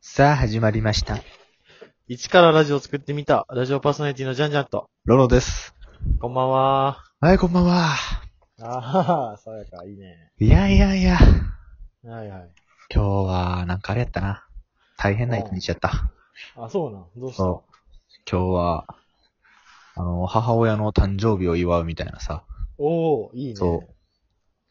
さあ始まりました。 一からラジオを作ってみた、ラジオパーソナリティのジャンジャンと。 ロロです。 こんばんは。 はい、こんばんは。 ああ、爽やか、いいね。 いや。 はいはい。 今日は、なんかあれやったな。大変な一日やった。 あ、そうなん。どうした？ そう。今日は、母親の誕生日を祝うみたいなさ。 おー、いいね。 そう。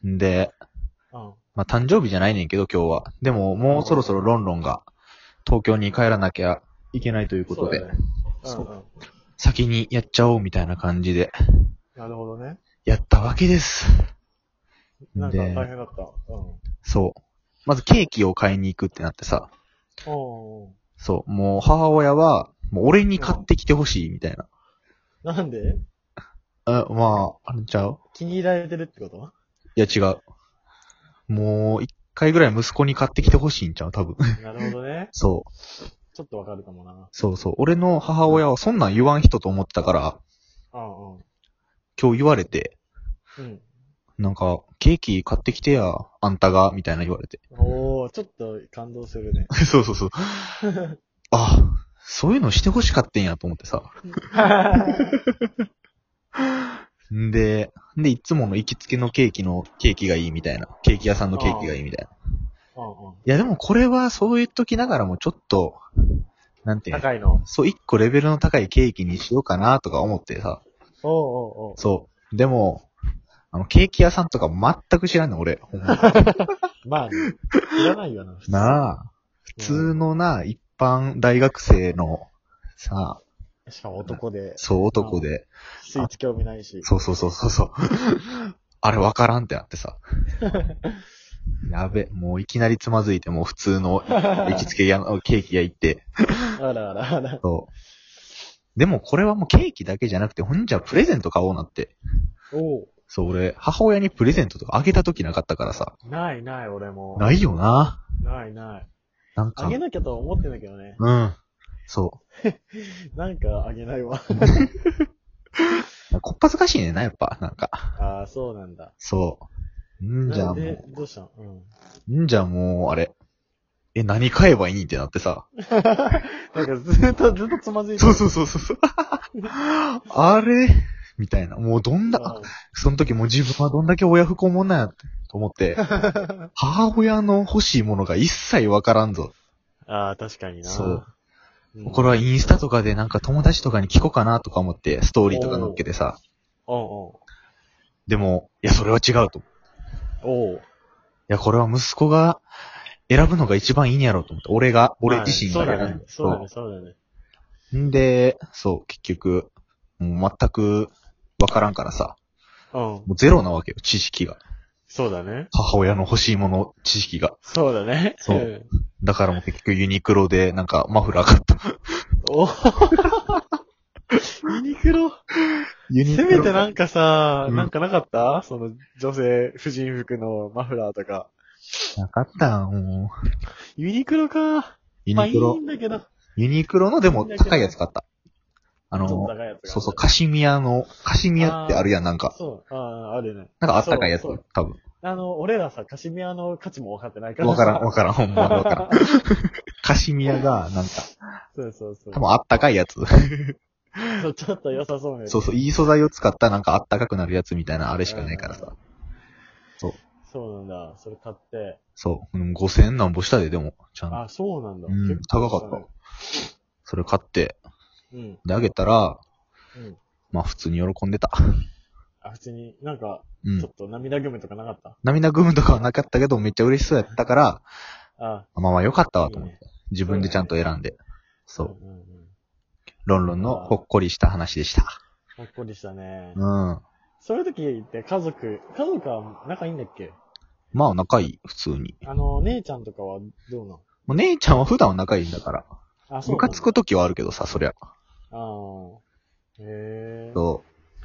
んで、 うん。 まあ、誕生日じゃないねんけど今日は。でも、もうそろそろロンロンが東京に帰らなきゃいけないということで、 そうだね。 先にやっちゃおうみたいな感じで、 なるほどね。 やったわけです。 なんか大で、 変だった。 そう。まずケーキを買いに行くってなってさ。 おー。 そう。もう母親は、もう俺に買ってきてほしいみたいな。 なんで？ まあ、あれちゃう？ 気に入られてるってこと？ いや違う。もう、一回ぐらい息子に買ってきてほしいんちゃう多分。 なるほどね。 そう。 ちょっとわかるかもな。 そうそう。俺の母親はそんなん言わん人と思ってたから、 うん。 今日言われて、 うん。 なんか、ケーキ買ってきてや、あんたが、みたいな言われて。 おー、ちょっと感動するね。 そうそうそう。あ、そういうのしてほしかったんやと思ってさ。で、いつもの行きつけのケーキがいいみたいな。ケーキ屋さんのケーキがいいみたいな。いやでもこれはそう言っときながらもちょっと、なんていうの？ 高いの。 そう、一個レベルの高いケーキにしようかなとか思ってさ。 おう。 そう。でも、ケーキ屋さんとか全く知らんねん、俺。ほんままあね、いらないよな、普通。 なあ。普通のな、一般大学生の、さあ。 しかも男で。 そう、男で。 スイーツ興味ないし。 そう。あれわからんってなってさ。やべ、もういきなりつまずいて、もう普通の行きつけ屋のケーキ屋行って。 あら。 そう。でもこれはもうケーキだけじゃなくて、ほんじゃプレゼント買おうなって。 おう。 そう、俺、母親にプレゼントとかあげた時なかったからさ。 ない、俺も。 ないよな。 ない。 なんか。 あげなきゃと思ってんだけどね。 うん。そなんかあげないわ。 う。こっぱずかしいねんな、やっぱ、なんか。 ああ、そうなんだ。 そう。んじゃもで、 う、 どうしたの？ あれ。何買えばいいってなってさ。 なんかずっとつまずいてそう。あれみたいな。もうその時もう自分はどんだけ親不孝者なんやって、と思って。母親の欲しいものが一切わからんぞ。 ああ、確かにな。 そう。 うん。 これはインスタとかでなんか友達とかに聞こうかなとか思って、ストーリーとか載っけてさ。 おでも、いや、それは違うと。いう。 や、これは息子が選ぶのが一番いいんやろうと思って。俺自身が選ぶ。 そうだね。 んで、そう、結局、もう全くわからんからさ。 うん。 もうゼロなわけよ、知識が。 そうだね。 母親の欲しいもの、知識が。 そうだね。 そう。だからもう結局ユニクロでなんかマフラー買った。 おユニクロせめてなんかさ、なんかなかったその女性婦人服のマフラーとか。 なかったもう。 ユニクロか。まあいいんだけど。 ユニクロのでも高いやつ買った。 ちょっと高いやつが。 そう、カシミヤってあるやん、なんか。 そう、あるね。 なんかあったかいやつ、多分。 俺らさ、カシミヤの価値も分かってないからわからん、ほんまにわからん。カシミヤが、なんか、 そう。 多分あったかいやつ。 そう、ちょっと良さそうね。 そう、いい素材を使ったなんかあったかくなるやつみたいなあれしかないからさ。 そうなんだ。それ買って。 そう、5000なんぼしたでも、ちゃんと。 あ、そうなんだ。 結構高かった。それ買って、で、あげたら、まあ普通に喜んでた。 あ、普通に、なんか、ちょっと涙ぐむとかなかった？ 涙ぐむとかはなかったけど、めっちゃ嬉しそうやったから、まあよかったわと思って。自分でちゃんと選んで。そう。ロンロンのほっこりした話でした。 ほっこりしたね。そういう時って家族は仲いいんだっけ？ まあ仲いい、普通に。 姉ちゃんとかはどうなの？ 姉ちゃんは普段は仲いいんだから。 あ、そう。 ムカつく時はあるけどさ、そりゃ。 へぇー。 そう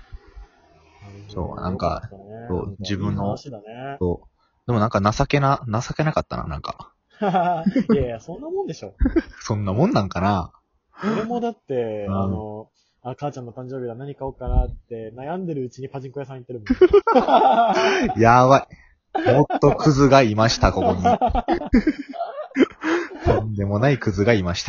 、なんか、自分の、そう。でもなんか情けなかったな、なんか。 いや、そんなもんでしょ。 そんなもんなんかな。 俺もだって、母ちゃんの誕生日は何買おうかなって悩んでるうちにパチンコ屋さん行ってるもん。 やばい。もっとクズがいました、ここに。 でもないクズがいました。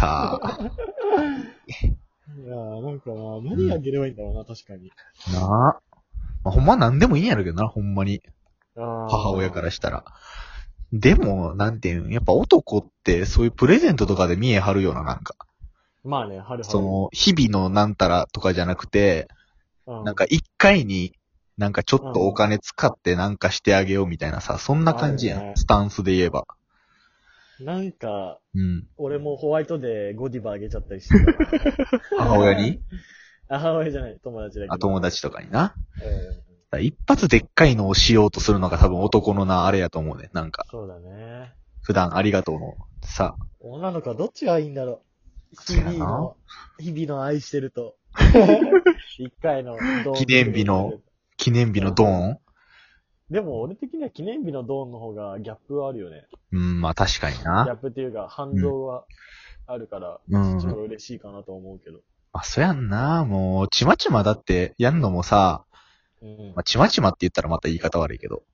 いやー、なんかな、何あげればいいんだろうな、確かに。 なあ。まあ、ほんまなんでもいいんやろうけどな、ほんまに。 母母親からしたら。でも、なんていうん、やっぱ男ってそういうプレゼントとかで見え張るような、なんか。 まあね、はるはる。 その、日々のなんたらとかじゃなくて、なんか一回に、なんかちょっとお金使ってなんかしてあげようみたいなさ、そんな感じやん。スタンスで言えば。 なんか、 うん。 俺もホワイトでゴディバあげちゃったりしてた。 母親に母親じゃない、友達だけど。 あ、友達とかにな。 うん。 一発でっかいのをしようとするのが多分男のな、あれやと思うね。なんか。 そうだね。 普段ありがとうのさ。 女の子はどっちがいいんだろう。日々の愛してると。一回のドーン。 記念日のドーン。 でも俺的には記念日のドーンの方がギャップはあるよね。 うん、まあ確かにな。 ギャップっていうか反動はあるから、そっちの方が嬉しいかなと思うけど。 あ、そやんな。もう、ちまちまだってやんのもさ、まあ、ちまちまって言ったらまた言い方悪いけど。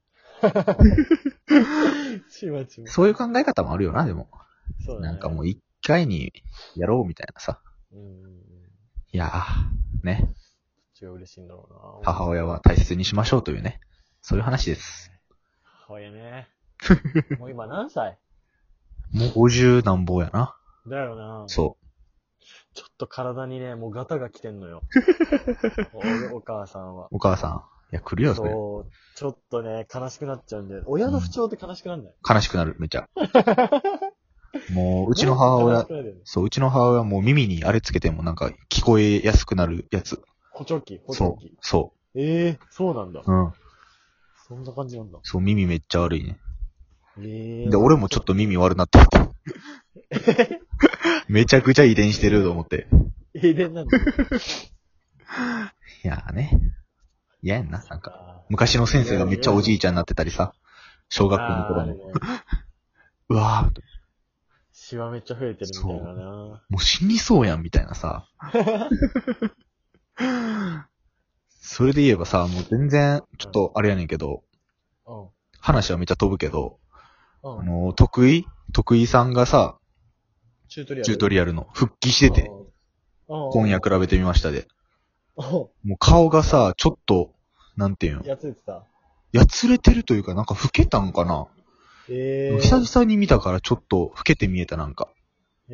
ちまちま。 そういう考え方もあるよな、でも。 そうだね。 なんかもう一回にやろうみたいなさ。いやー、ね。 こっちが嬉しいんだろうな。 母親は大切にしましょうというね。そういう話です。 母親ね。もう今何歳？ もう50何ぼやな。 だよな。 そう。 ちょっと体にね、もうガタが来てんのよ。お母さんは。 お母さん。いや、来るよ、それ。 そう。ちょっとね、悲しくなっちゃうんで。親の不調って悲しくなんだよ。 悲しくなる、めちゃ。もう、うちの母親、そう、うちの母親はもう耳にあれつけてもなんか聞こえやすくなるやつ。 補聴器。 そう。 そうなんだ。 うん。 そんな感じなんだ。 そう、耳めっちゃ悪いね。で、俺もちょっと耳悪なってて。めちゃくちゃ遺伝してると思って。 遺伝なんだ。いやーね。嫌やんな、なんか。昔の先生がめっちゃおじいちゃんになってたりさ。小学校の頃の。うわー。 シワめっちゃ増えてるみたいなな。 もう死にそうやん、みたいなさ。それで言えばさ、もう全然、ちょっとあれやねんけど、話はめっちゃ飛ぶけど、徳井さんがさ、チュートリアルの復帰してて、今夜比べてみましたで。もう顔がさ、ちょっと、なんていうん。 やつれてた？ やつれてるというか、なんか老けたんかな。久々に見たからちょっと老けて見えたなんか。うん。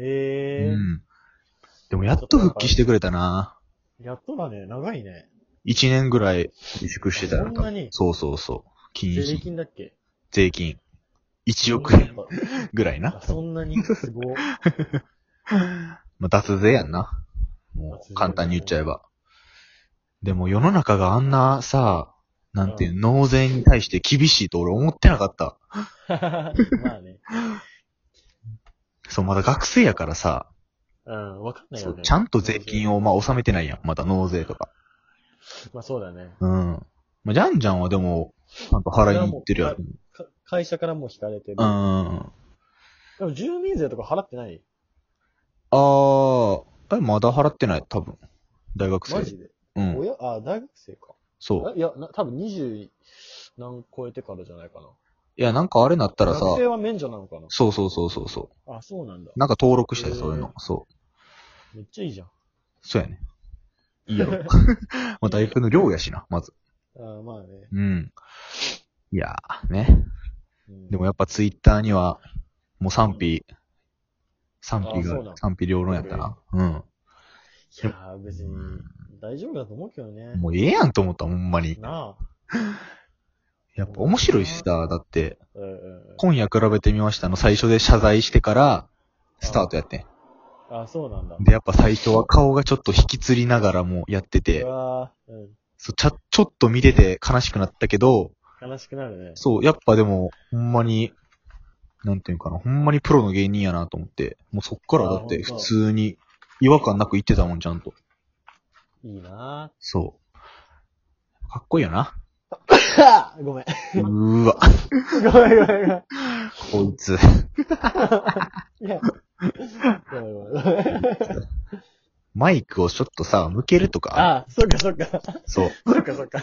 でもやっと復帰してくれたな。 やっとだね、長いね。 1年ぐらい自粛してたら。 そんなに？ そうそうそう。 税金だっけ？ 税金。1億円ぐらいな。 そんなにすごい。 まあ、脱税やんな。もう、簡単に言っちゃえば。でも世の中があんなさ、なんていう、納税に対して厳しいと俺思ってなかった。 まあね。 そう、まだ学生やからさ。 わかんないよね。 ちゃんと税金を納めてないやん。まだ納税とか。 まあそうだね。 まあ、ジャンジャンはでも、ちゃんと払いに行ってるやん。 会社からも引かれてる。でも住民税とか払ってない？ まだ払ってない、多分。大学生。 マジで？大学生か。 そう。 いや、多分20何超えてからじゃないかな。 いや、なんかあれなったらさ。 学生は免除なのかな？ そう。 あ、そうなんだ。 なんか登録したよ、そういうの。そう。 めっちゃいいじゃん。 そうやね。いいやろ。まあ、大学の寮やしな、まず。 まあね。 いやー、ね。でもやっぱツイッターには、もう賛否両論やったな。 いやー、別に、大丈夫だと思うけどね。 もうええやんと思った、ほんまに。 なあ。 やっぱ面白いしさ、だって、今夜比べてみましたの最初で謝罪してから、スタートやってん。 そうなんだ。 で、やっぱ最初は顔がちょっと引きつりながらもやってて、ちょっと見てて悲しくなったけど、 悲しくなるね。 そう、やっぱでも、ほんまに、なんていうかな、ほんまにプロの芸人やなと思って、もうそっからだって普通に違和感なく言ってたもん、ちゃんと。いいなぁ。そう。かっこいいよな。 ごめん。 うーわ。 ごめん。 こいつ。 いや。ごめん。 マイクをちょっとさ、向けるとか。 そっか。 そう。 そっか。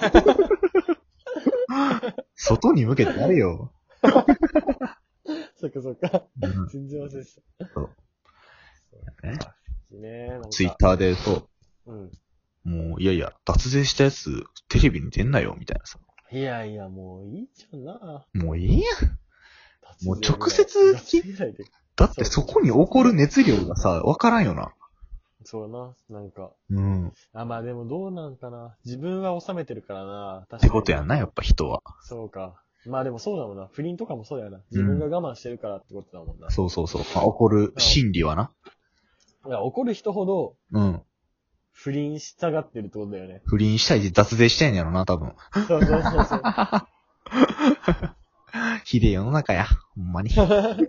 外に向けてやれよ。 そっか。全然忘れてた。 そう。 ね。 なんかツイッターでそう、 うん。 もう、いやいや、脱税したやつ、テレビに出んなよ、みたいなさ。 いやいや、もういいじゃんな。 もういいや。もう直接脱税ぐらいで。 だってそこに起こる熱量がさ、わからんよな。 そうな、なんか。 うん。 まあでもどうなんかな。自分は収めてるからな。確かに。 ってことやんな、やっぱ人は。 そうか。まあでもそうだもんな。不倫とかもそうだよな。自分が我慢してるからってことだもんな。 そうそうそう。まあ、起こる心理はな。 いや、怒る人ほどうん。 不倫したがってるってことだよね。 不倫したいし脱税したいんやろな、多分。 そうそうそうそう。 ひでえ世の中や。ほんまに。素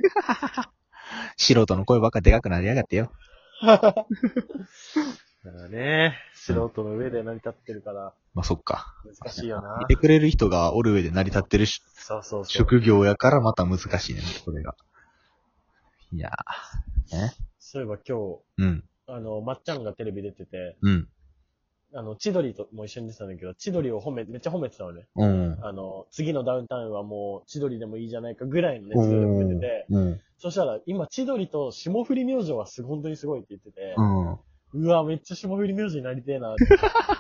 人の声ばっかでかくなりやがってよ。 だからね、素人の上で成り立ってるから、 まあ、そっか。 難しいよな見。てくれる人がおる上で成り立ってるそうそうそう。 職業やからまた難しいね、これが。いやー。ね。 そういえば今うん。 日、まっちゃんがテレビ出てて、 うん。 千鳥とも一緒に出てたんだけど、千鳥をめっちゃ褒めてたのね。 うん。 次のダウンタウンはもう千鳥でもいいじゃないかぐらいの熱量で褒めてて、 うん。 そしたら今千鳥と霜降り明星は本当にすごいって言ってて、 うん。 うわ、めっちゃ霜降り明星になりてえなって。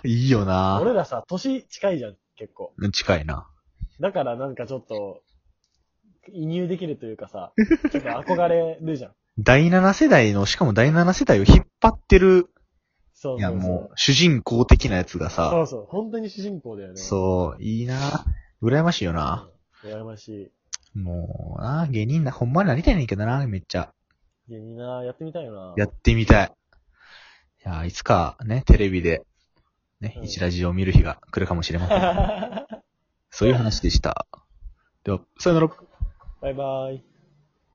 いいよな俺らさ、年近いじゃん、結構。 近いな。 だからなんかちょっと、移入できるというかさ、ちょっと憧れるじゃん。 第7世代の、しかも第7世代を引っ張ってる、いやそうそうそう。 もう、主人公的なやつがそさ、 うそう。本当に主人公だよね。 そう、いいな羨ましいよな。 羨ましい。 もうな、芸人な、ほんまになりたいねんけどな、めっちゃ。 芸人な、やってみたいよな。 やってみたい。いや、いつかね、テレビで、ね、 うん一ラジを見る日が来るかもしれません。そういう話でした。では、さよなら。 バイバイ。